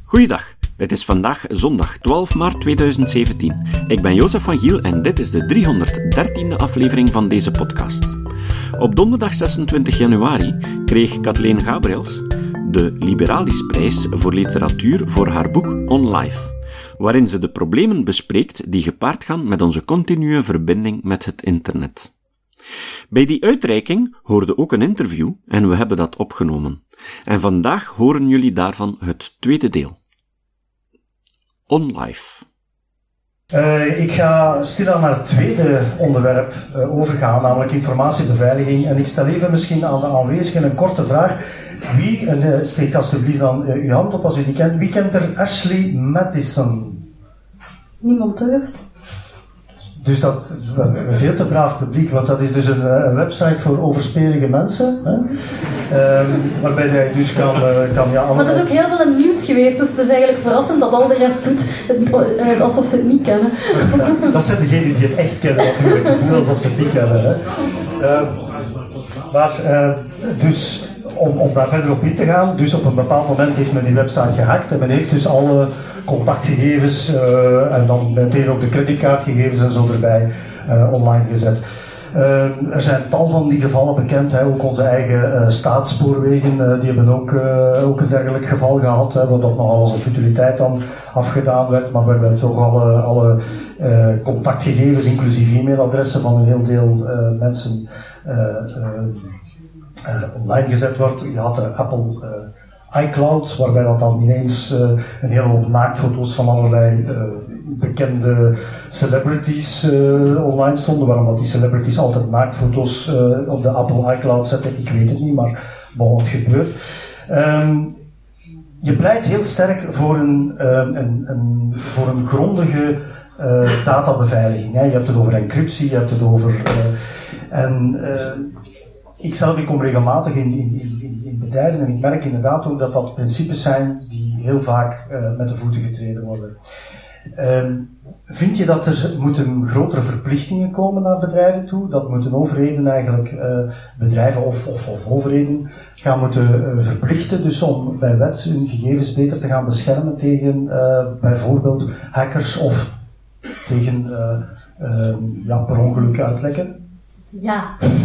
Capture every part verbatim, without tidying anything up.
Goeiedag, het is vandaag zondag twaalf maart tweeduizend zeventien. Ik ben Jozef van Giel en dit is de driehonderddertiende aflevering van deze podcast. Op donderdag zesentwintig januari kreeg Kathleen Gabriels de Liberalisprijs voor literatuur voor haar boek On Life, waarin ze de problemen bespreekt die gepaard gaan met onze continue verbinding met het internet. Bij die uitreiking hoorde ook een interview en we hebben dat opgenomen. En vandaag horen jullie daarvan het tweede deel. On Life. Uh, ik ga stilaan naar het tweede onderwerp uh, overgaan, namelijk informatiebeveiliging. En ik stel even misschien aan de aanwezigen een korte vraag. Wie, en uh, steek alsjeblieft dan uh, uw hand op als u die kent, wie kent er Ashley Madison? Niemand durft. Dus dat is een veel te braaf publiek, want dat is dus een, een website voor overspelige mensen. Hè? Um, waarbij je dus kan... Uh, kan ja, maar het is ook heel veel in het nieuws geweest, dus het is eigenlijk verrassend dat al de rest doet het, alsof ze het niet kennen. Ja, dat zijn degenen die het echt kennen natuurlijk, die doen alsof ze het niet kennen. Hè? Uh, maar, uh, dus... Om, om daar verder op in te gaan, dus op een bepaald moment heeft men die website gehackt en men heeft dus alle contactgegevens uh, en dan meteen ook de creditcardgegevens en zo erbij uh, online gezet. Uh, er zijn tal van die gevallen bekend, hè. Ook onze eigen uh, staatsspoorwegen, uh, die hebben ook, uh, ook een dergelijk geval gehad, hè, waar dat nogal als een futiliteit dan afgedaan werd, maar waarbij toch alle, alle uh, contactgegevens, inclusief e-mailadressen van een heel deel uh, mensen uh, uh, Uh, online gezet wordt. Je had de Apple uh, iCloud, waarbij dat dan ineens uh, een hele hoop naaktfoto's van allerlei uh, bekende celebrities uh, online stonden. Waarom dat die celebrities altijd naaktfoto's uh, op de Apple iCloud zetten, ik weet het niet, maar bon, het gebeurt. Um, je pleit heel sterk voor een, uh, een, een, voor een grondige uh, databeveiliging. Hè. Je hebt het over encryptie, je hebt het over... Uh, en... Uh, Ik zelf ik kom regelmatig in, in, in, in bedrijven en ik merk inderdaad ook dat dat principes zijn die heel vaak uh, met de voeten getreden worden. Uh, vind je dat er moeten grotere verplichtingen komen naar bedrijven toe? Dat moeten overheden eigenlijk, uh, bedrijven of, of, of overheden gaan moeten uh, verplichten, dus om bij wet hun gegevens beter te gaan beschermen tegen uh, bijvoorbeeld hackers of tegen uh, uh, ja, per ongeluk uitlekken? Ja,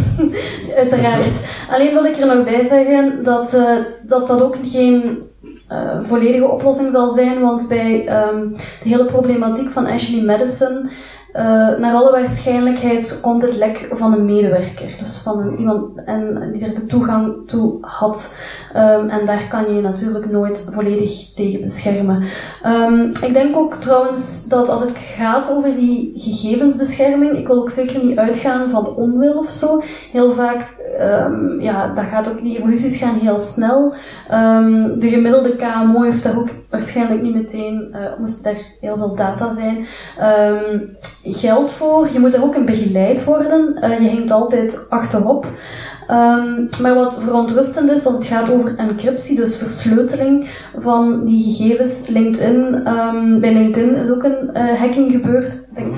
uiteraard. Alleen wil ik er nog bij zeggen dat uh, dat, dat ook geen uh, volledige oplossing zal zijn, want bij um, de hele problematiek van Ashley Madison, uh, naar alle waarschijnlijkheid komt het lek van een medewerker, dus van een, iemand en, die er de toegang toe had. Um, en daar kan je je natuurlijk nooit volledig tegen beschermen. Um, ik denk ook trouwens dat als het gaat over die gegevensbescherming, ik wil ook zeker niet uitgaan van onwil of zo. Heel vaak, um, ja, dat gaat ook, die evoluties gaan heel snel. Um, de gemiddelde K M O heeft daar ook waarschijnlijk niet meteen, uh, moest er heel veel data zijn, um, geld voor. Je moet er ook in begeleid worden. Uh, je hangt altijd achterop. Um, maar wat verontrustend is als het gaat over encryptie, dus versleuteling van die gegevens. LinkedIn, um, bij LinkedIn is ook een uh, hacking gebeurd. Ik denk,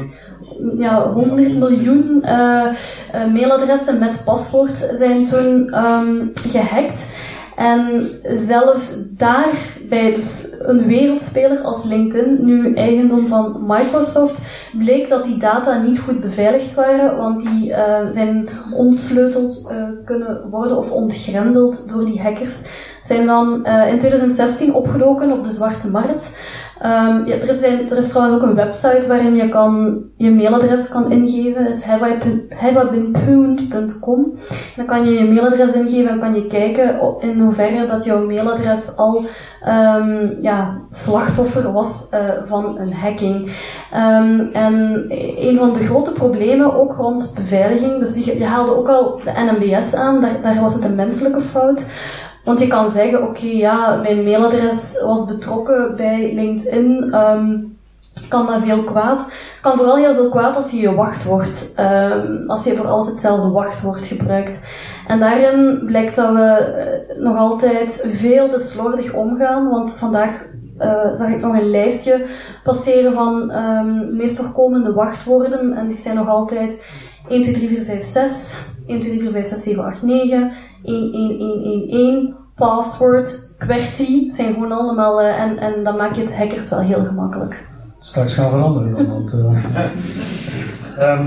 ja, honderd miljoen uh, uh, mailadressen met paswoord zijn toen um, gehackt. En zelfs daar, bij dus een wereldspeler als LinkedIn, nu eigendom van Microsoft, bleek dat die data niet goed beveiligd waren, want die uh, zijn ontsleuteld uh, kunnen worden of ontgrendeld door die hackers. Zijn dan uh, in twintig zestien opgedoken op de zwarte markt. Um, ja, er, is een, er is trouwens ook een website waarin je kan, je mailadres kan ingeven. Dat is have I been pwned punt com. Dan kan je je mailadres ingeven en kan je kijken in hoeverre dat jouw mailadres al um, ja, slachtoffer was uh, van een hacking. Um, en een van de grote problemen ook rond beveiliging, dus je, je haalde ook al de N M B S aan, daar, daar was het een menselijke fout. Want je kan zeggen, oké, okay, ja, mijn mailadres was betrokken bij LinkedIn, um, kan dat veel kwaad. Kan vooral heel veel kwaad als je je wachtwoord, um, als je voor alles hetzelfde wachtwoord gebruikt. En daarin blijkt dat we uh, nog altijd veel te slordig omgaan, want vandaag uh, zag ik nog een lijstje passeren van um, meest voorkomende wachtwoorden, en die zijn nog altijd een twee drie vier vijf zes, een twee drie vier vijf zes zeven acht negen, een een een een een, password, QWERTY zijn gewoon allemaal, uh, en, en dan maak je het hackers wel heel gemakkelijk. Straks gaan veranderen dan, want... Uh, um,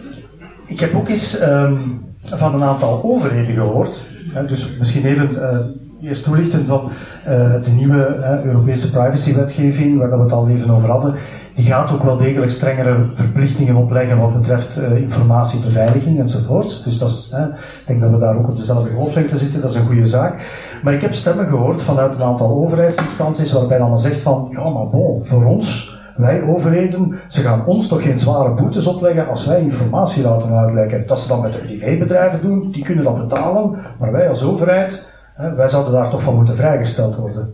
ik heb ook eens um, van een aantal overheden gehoord, hè, dus misschien even uh, eerst toelichten van uh, de nieuwe uh, Europese privacywetgeving, waar we het al even over hadden. Die gaat ook wel degelijk strengere verplichtingen opleggen wat betreft uh, informatiebeveiliging enzovoorts. Dus dat is, hè, ik denk dat we daar ook op dezelfde golflengte zitten, dat is een goede zaak. Maar ik heb stemmen gehoord vanuit een aantal overheidsinstanties waarbij dan zegt van, ja maar bon, voor ons, wij overheden, ze gaan ons toch geen zware boetes opleggen als wij informatie laten uitlekken. Dat ze dan met de privébedrijven doen, die kunnen dat betalen, maar wij als overheid, hè, wij zouden daar toch van moeten vrijgesteld worden.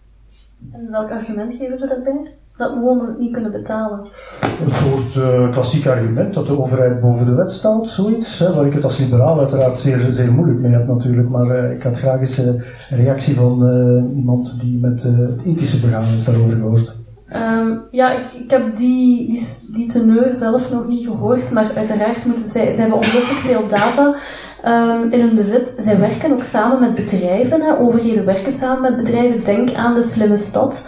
En welk argument geven ze daarbij? Dat we gewoon het niet kunnen betalen. Een soort uh, klassiek argument dat de overheid boven de wet staat, zoiets. Hè, waar ik het als liberaal uiteraard zeer, zeer moeilijk mee heb natuurlijk. Maar uh, ik had graag eens uh, een reactie van uh, iemand die met uh, het ethische begaan is daarover gehoord. Um, ja, ik, ik heb die, die, die teneur zelf nog niet gehoord. Maar uiteraard moeten zij, zij hebben ongelooflijk veel data um, in hun bezit. Zij werken ook samen met bedrijven. Hè. Overheden werken samen met bedrijven. Denk aan de slimme stad.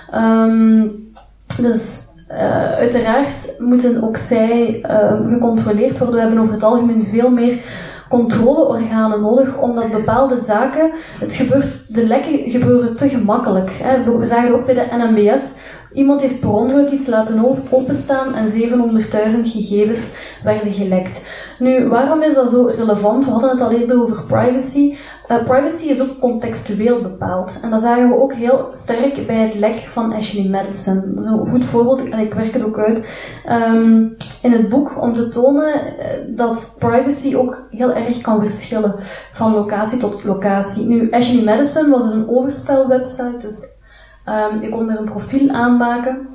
Um, Dus uh, uiteraard moeten ook zij uh, gecontroleerd worden. We hebben over het algemeen veel meer controleorganen nodig, omdat bepaalde zaken, het gebeurt, de lekken gebeuren te gemakkelijk. Hè. We zagen ook bij de N M B S, iemand heeft per ongeluk iets laten openstaan en zevenhonderdduizend gegevens werden gelekt. Nu, waarom is dat zo relevant? We hadden het al eerder over privacy. Uh, privacy is ook contextueel bepaald. En dat zagen we ook heel sterk bij het lek van Ashley Madison. Dat is een goed voorbeeld, en ik werk het ook uit um, in het boek, om te tonen uh, dat privacy ook heel erg kan verschillen van locatie tot locatie. Nu, Ashley Madison was dus een overspelwebsite, dus um, je kon er een profiel aanmaken.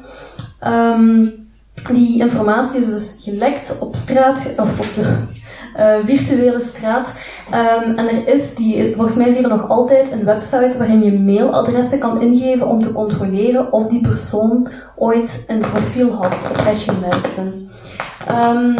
Um, die informatie is dus gelekt op straat, of op de Uh, virtuele straat. Um, en er is, die, volgens mij is hier nog altijd een website waarin je mailadressen kan ingeven om te controleren of die persoon ooit een profiel had op Ashley Madison. Um,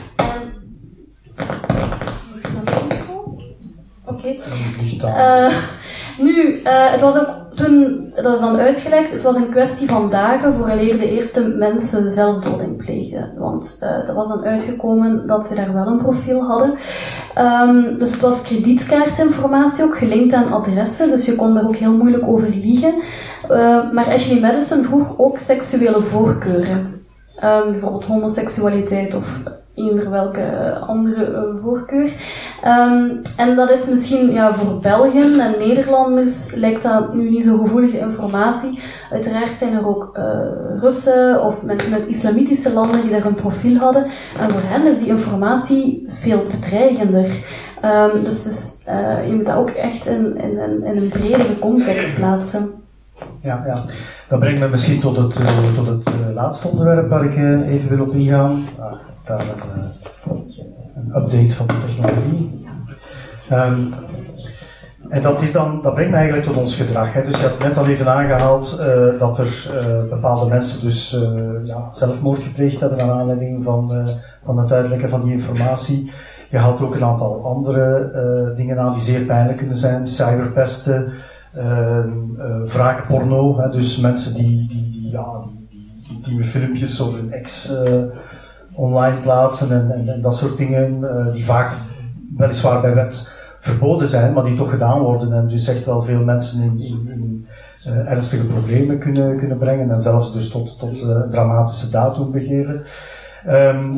Oké. Okay. Uh, nu, uh, het was ook toen, dat is dan uitgelekt, het was een kwestie van dagen vooraleer de eerste mensen zelfdoding pleegden. Want uh, dat was dan uitgekomen dat ze daar wel een profiel hadden. Um, dus het was kredietkaartinformatie ook, gelinkt aan adressen, dus je kon daar ook heel moeilijk over liegen. Uh, maar Ashley Madison vroeg ook seksuele voorkeuren. Um, bijvoorbeeld homoseksualiteit of eender welke andere uh, voorkeur. Um, en dat is misschien, ja, voor Belgen en Nederlanders lijkt dat nu niet zo gevoelige informatie. Uiteraard zijn er ook uh, Russen of mensen uit islamitische landen die daar een profiel hadden. En voor hen is die informatie veel bedreigender. Um, dus dus uh, je moet dat ook echt in, in, in een bredere context plaatsen. Ja, ja. Dat brengt me misschien tot het, uh, tot het uh, laatste onderwerp waar ik uh, even wil op ingaan. Ah, daar een, uh, een update van de technologie. Um, en dat, is dan, dat brengt me eigenlijk tot ons gedrag. Hè. Dus je hebt net al even aangehaald uh, dat er uh, bepaalde mensen dus uh, ja, zelfmoord gepleegd hebben naar aanleiding van, uh, van het uitlekken van die informatie. Je haalt ook een aantal andere uh, dingen aan die zeer pijnlijk kunnen zijn. Cyberpesten. Uh, uh, wraakporno, hè, dus mensen die, die, die, ja, die, die intieme filmpjes over een ex uh, online plaatsen en, en, en dat soort dingen, uh, die vaak weliswaar bij wet verboden zijn, maar die toch gedaan worden en dus echt wel veel mensen in, in, in uh, ernstige problemen kunnen, kunnen brengen en zelfs dus tot, tot uh, dramatische daad doen begeven. Um,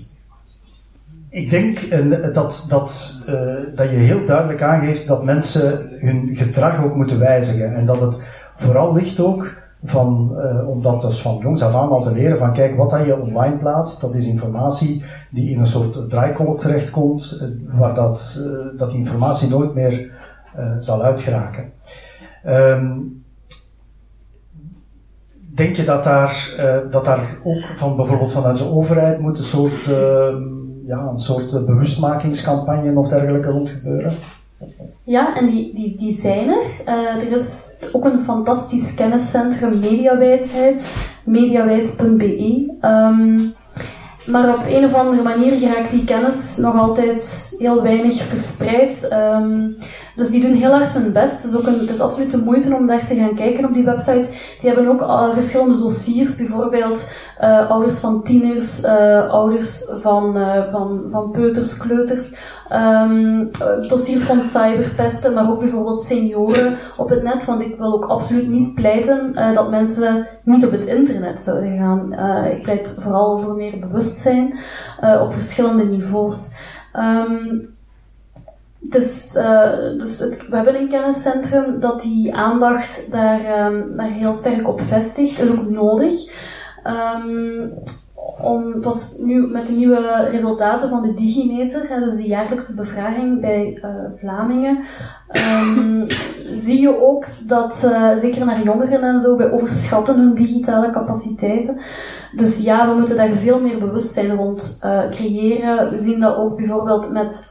Ik denk uh, dat, dat, uh, dat je heel duidelijk aangeeft dat mensen hun gedrag ook moeten wijzigen. En dat het vooral ligt ook van, uh, om dat dus van jongs af aan al te leren, van kijk, wat dat je online plaatst, dat is informatie die in een soort draaikolk terechtkomt, uh, waar dat, uh, dat die informatie nooit meer uh, zal uitgeraken. Um, Denk je dat daar, uh, dat daar ook van bijvoorbeeld vanuit de overheid moet een soort... Uh, ja, een soort bewustmakingscampagne of dergelijke rond gebeuren? Ja, en die, die, die zijn er. Uh, er is ook een fantastisch kenniscentrum Mediawijsheid, mediawijs punt be. Um, maar op een of andere manier geraakt die kennis nog altijd heel weinig verspreid. Um, dus die doen heel hard hun best. Het is, ook een, het is absoluut de moeite om daar te gaan kijken op die website. Die hebben ook uh, verschillende dossiers, bijvoorbeeld uh, ouders van tieners, uh, ouders van, uh, van, van peuters, kleuters, um, dossiers van cyberpesten, maar ook bijvoorbeeld senioren op het net. Want ik wil ook absoluut niet pleiten uh, dat mensen niet op het internet zouden gaan. Uh, ik pleit vooral voor meer bewustzijn uh, op verschillende niveaus. Um, Dus, uh, dus het, we hebben een kenniscentrum dat die aandacht daar, um, daar heel sterk op vestigt. Dat is ook nodig. Um, om, het was nu met de nieuwe resultaten van de Digimeter, hè, dus de jaarlijkse bevraging bij uh, Vlamingen, um, zie je ook dat, uh, zeker naar jongeren en zo, wij overschatten hun digitale capaciteiten. Dus ja, we moeten daar veel meer bewustzijn rond uh, creëren. We zien dat ook bijvoorbeeld met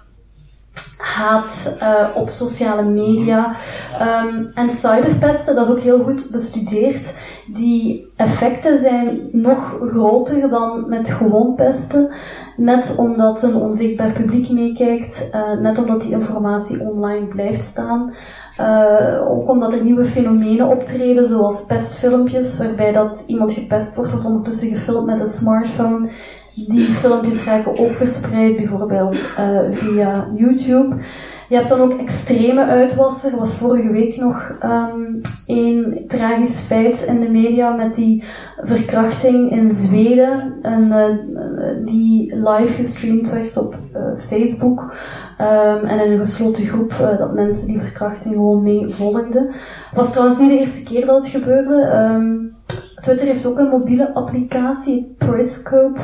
haat uh, op sociale media. Um, en cyberpesten, dat is ook heel goed bestudeerd. Die effecten zijn nog groter dan met gewoon pesten. Net omdat een onzichtbaar publiek meekijkt. Uh, net omdat die informatie online blijft staan. Uh, ook omdat er nieuwe fenomenen optreden, zoals pestfilmpjes, waarbij dat iemand gepest wordt, wordt ondertussen gefilmd met een smartphone. Die filmpjes raken ook verspreid, bijvoorbeeld uh, via YouTube. Je hebt dan ook extreme uitwassen. Er was vorige week nog um, een tragisch feit in de media met die verkrachting in Zweden. En, uh, die live gestreamd werd op uh, Facebook. Um, en in een gesloten groep uh, dat mensen die verkrachting gewoon mee volgden. Het was trouwens niet de eerste keer dat het gebeurde. Um, Twitter heeft ook een mobiele applicatie, Periscope.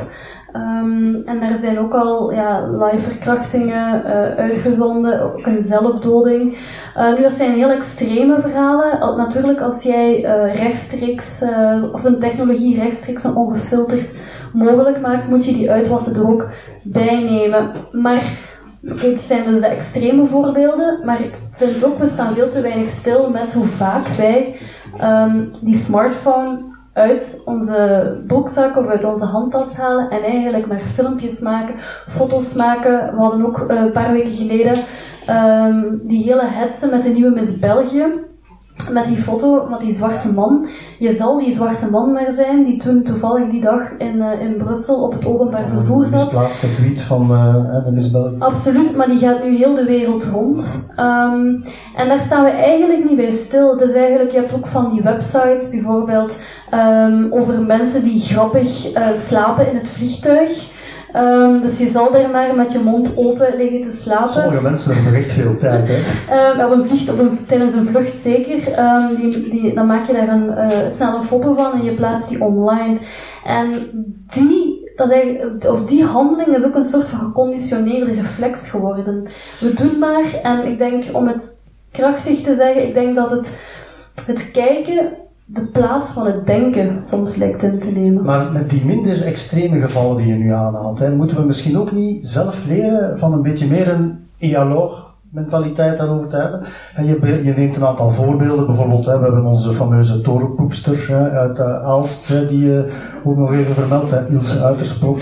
Um, en daar zijn ook al ja, live verkrachtingen uh, uitgezonden, ook een zelfdoding. Uh, nu, dat zijn heel extreme verhalen. Al, natuurlijk, als jij uh, rechtstreeks, uh, of een technologie rechtstreeks en ongefilterd mogelijk maakt, moet je die uitwassen er ook bij nemen. Maar, oké, okay, dit zijn dus de extreme voorbeelden, maar ik vind ook, we staan veel te weinig stil met hoe vaak wij um, die smartphone uit onze broekzak of uit onze handtas halen en eigenlijk maar filmpjes maken, foto's maken. We hadden ook uh, een paar weken geleden um, die hele hetze met de nieuwe Miss België. Met die foto, met die zwarte man. Je zal die zwarte man maar zijn, die toen toevallig die dag in, uh, in Brussel op het openbaar vervoer zat. De misplaatste tweet van uh, de Miss België. Absoluut, maar die gaat nu heel de wereld rond. Um, en daar staan we eigenlijk niet bij stil. Het is eigenlijk, je hebt ook van die websites, bijvoorbeeld um, over mensen die grappig uh, slapen in het vliegtuig. Um, dus je zal daar maar met je mond open liggen te slapen. Sommige mensen hebben toch echt veel tijd, hè? Um, op een vlucht, op een, tijdens een vlucht zeker. Um, die, die, dan maak je daar een uh, snelle foto van en je plaatst die online. En die, dat eigenlijk, of die handeling is ook een soort van geconditioneerde reflex geworden. We doen maar, en ik denk, om het krachtig te zeggen, ik denk dat het, het kijken de plaats van het denken soms lijkt in te nemen. Maar met die minder extreme gevallen die je nu aanhaalt, hè, moeten we misschien ook niet zelf leren van een beetje meer een dialoog-mentaliteit daarover te hebben? En je, je neemt een aantal voorbeelden, bijvoorbeeld, hè, we hebben onze fameuze torenpoepster hè, uit uh, Aalst, hè, die je uh, ook nog even vermeldt, hè, Ilse Uitersprook.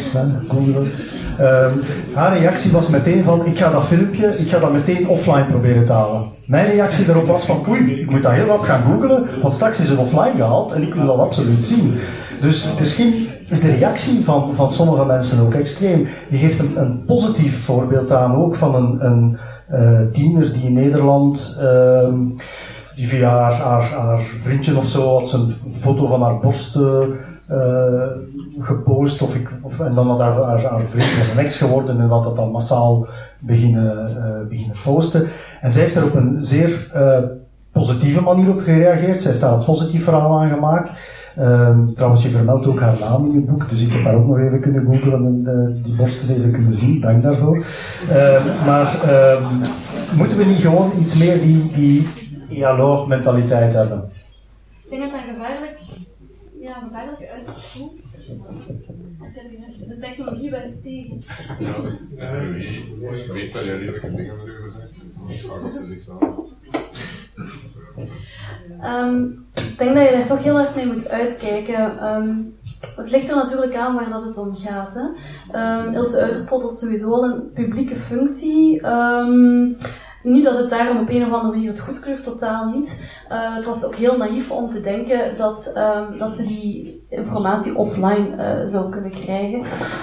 Um, haar reactie was meteen van, ik ga dat filmpje, ik ga dat meteen offline proberen te halen. Mijn reactie daarop was van, oei, ik moet dat heel wat gaan googlen, want straks is het offline gehaald en ik wil dat absoluut zien. Dus misschien is de reactie van, van sommige mensen ook extreem. Je geeft een, een positief voorbeeld aan ook van een, een uh, tiener die in Nederland, uh, die via haar, haar, haar vriendje of zo, had ze een foto van haar borst uh, uh, gepost, of ik, of, en dan had haar, haar, haar vriend was een ex geworden en dat had dan massaal beginnen, uh, beginnen posten. En zij heeft er op een zeer uh, positieve manier op gereageerd. Zij heeft daar een positief verhaal aan gemaakt. Uh, trouwens, je vermeldt ook haar naam in je boek, dus ik heb haar ook nog even kunnen googlen en uh, die borsten even kunnen zien. Dank daarvoor. Uh, maar uh, moeten we niet gewoon iets meer die, die dialoog-mentaliteit hebben? Ik denk dat dat gevaarlijk, ja, gevaarlijk uitvoert. De technologie werkt tegen. Ja, ik weet dat jij redelijke dingen erover zegt. Ik vraag of ze zich zo. Um, ik denk dat je daar toch heel erg mee moet uitkijken. Um, het ligt er natuurlijk aan waar dat het om gaat. Hè. Um, Ilse Uiterspot had sowieso al een publieke functie. Um, niet dat het daarom op een of andere manier het goedkeurt, totaal niet. Uh, het was ook heel naïef om te denken dat, um, dat ze die informatie offline uh, zou kunnen krijgen.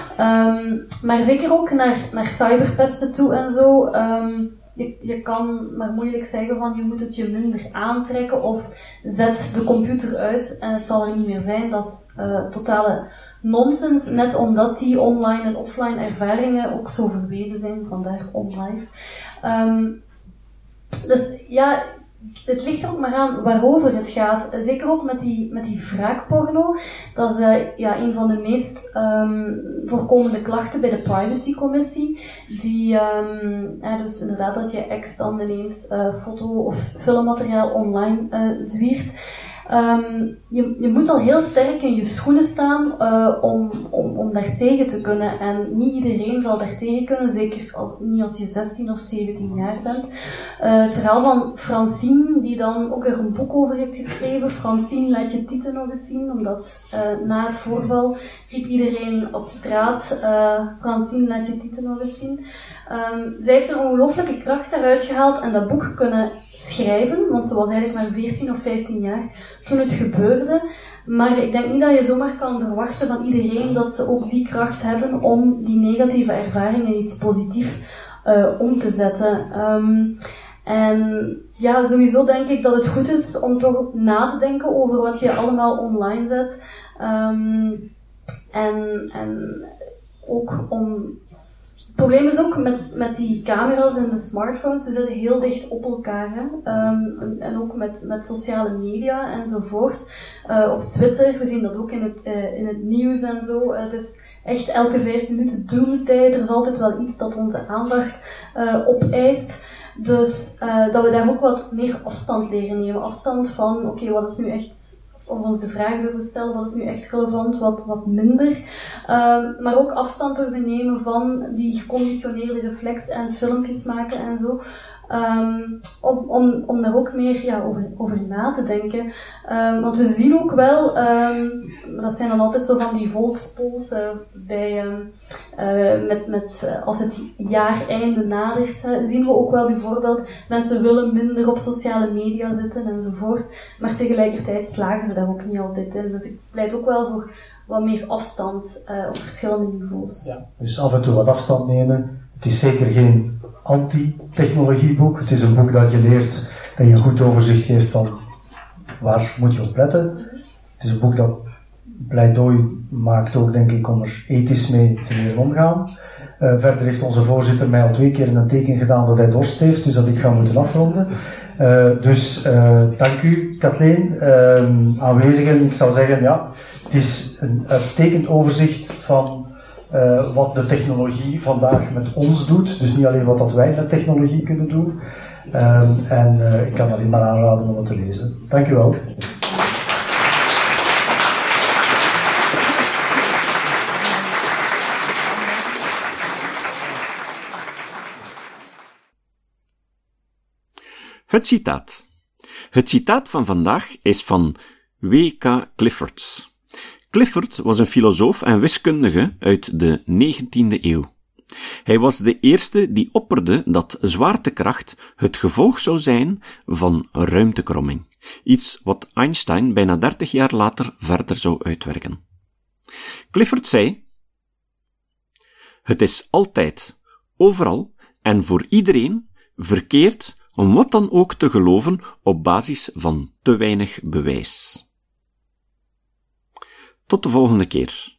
Um, maar zeker ook naar, naar cyberpesten toe en zo. Um, je, je kan maar moeilijk zeggen van je moet het je minder aantrekken of zet de computer uit en het zal er niet meer zijn. Dat is uh, totale nonsens, net omdat die online en offline ervaringen ook zo verweven zijn, vandaar OnLive. Um, dus ja, het ligt er ook maar aan waarover het gaat. Zeker ook met die, met die wraakporno. Dat is uh, ja, een van de meest um, voorkomende klachten bij de privacycommissie. Die, um, ja, dus inderdaad dat je ex dan ineens uh, foto- of filmmateriaal online uh, zwiert. Um, je, je moet al heel sterk in je schoenen staan uh, om, om, om daar tegen te kunnen. En niet iedereen zal daar tegen kunnen, zeker als, niet als je zestien of zeventien jaar bent. Uh, het verhaal van Francine, die dan ook er een boek over heeft geschreven. Francine, laat je titel nog eens zien, omdat uh, na het voorval riep iedereen op straat, uh, Francine, laat je titel nog eens zien. Um, zij heeft een ongelooflijke kracht daaruit gehaald en dat boek kunnen schrijven, want ze was eigenlijk maar veertien of vijftien jaar toen het gebeurde. Maar ik denk niet dat je zomaar kan verwachten van iedereen dat ze ook die kracht hebben om die negatieve ervaringen in iets positiefs uh, om te zetten. Um, en ja, sowieso denk ik dat het goed is om toch na te denken over wat je allemaal online zet. Um, en, en ook om... Het probleem is ook met, met die camera's en de smartphones, we zitten heel dicht op elkaar. Hè? Um, en, en ook met, met sociale media enzovoort. Uh, op Twitter, we zien dat ook in het, uh, in het nieuws en zo. Uh, het is echt elke vijf minuten doomsday. Er is altijd wel iets dat onze aandacht uh, opeist. Dus uh, dat we daar ook wat meer afstand leren nemen. Afstand van, oké, okay, wat is nu echt... Of ons de vraag durven stellen, wat is nu echt relevant, wat, wat minder. Um, maar ook afstand durven nemen van die geconditioneerde reflex en filmpjes maken en zo. Um, om, om, om daar ook meer ja, over, over na te denken. Um, want we zien ook wel, um, dat zijn dan altijd zo van die volkspols uh, bij, um, uh, met, met, uh, als het jaareinde nadert, uh, zien we ook wel bijvoorbeeld, mensen willen minder op sociale media zitten enzovoort, maar tegelijkertijd slagen ze daar ook niet altijd in. Dus ik pleit ook wel voor wat meer afstand uh, op verschillende niveaus. Ja, dus af en toe wat afstand nemen. Het is zeker geen anti-technologieboek. Het is een boek dat je leert, dat je een goed overzicht geeft van waar moet je op letten. Het is een boek dat pleidooi maakt ook, denk ik, om er ethisch mee te leren omgaan. Uh, verder heeft onze voorzitter mij al twee keer een teken gedaan dat hij dorst heeft, dus dat ik ga moeten afronden. Uh, dus uh, dank u, Kathleen. Uh, aanwezigen, ik zou zeggen, ja, het is een uitstekend overzicht van Uh, wat de technologie vandaag met ons doet. Dus niet alleen wat dat wij met technologie kunnen doen. Um, en uh, ik kan alleen maar aanraden om het te lezen. Dank u wel. Het citaat. Het citaat van vandaag is van W K Clifford. Clifford was een filosoof en wiskundige uit de negentiende eeuw. Hij was de eerste die opperde dat zwaartekracht het gevolg zou zijn van ruimtekromming, iets wat Einstein bijna dertig jaar later verder zou uitwerken. Clifford zei: het is altijd, overal en voor iedereen verkeerd om wat dan ook te geloven op basis van te weinig bewijs. Tot de volgende keer.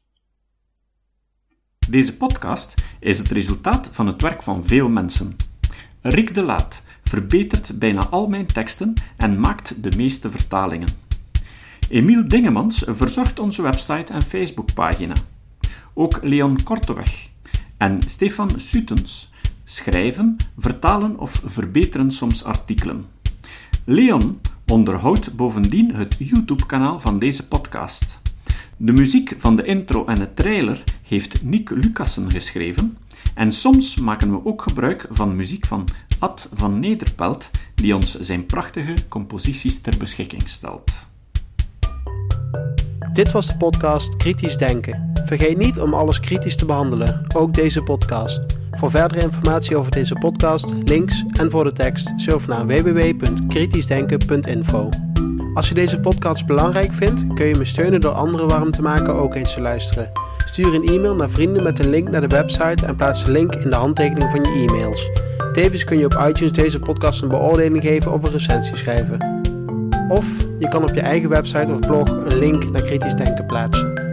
Deze podcast is het resultaat van het werk van veel mensen. Rick de Laat verbetert bijna al mijn teksten en maakt de meeste vertalingen. Emiel Dingemans verzorgt onze website en Facebookpagina. Ook Leon Korteweg en Stefan Sutens schrijven, vertalen of verbeteren soms artikelen. Leon onderhoudt bovendien het YouTube-kanaal van deze podcast. De muziek van de intro en de trailer heeft Nick Lucassen geschreven en soms maken we ook gebruik van muziek van Ad van Nederpelt, die ons zijn prachtige composities ter beschikking stelt. Dit was de podcast Kritisch Denken. Vergeet niet om alles kritisch te behandelen, ook deze podcast. Voor verdere informatie over deze podcast, links en voor de tekst, surf naar w w w punt kritisch denken punt info. Als je deze podcast belangrijk vindt, kun je me steunen door anderen warm te maken ook eens te luisteren. Stuur een e-mail naar vrienden met een link naar de website en plaats de link in de handtekening van je e-mails. Tevens kun je op iTunes deze podcast een beoordeling geven of een recensie schrijven. Of je kan op je eigen website of blog een link naar Kritisch Denken plaatsen.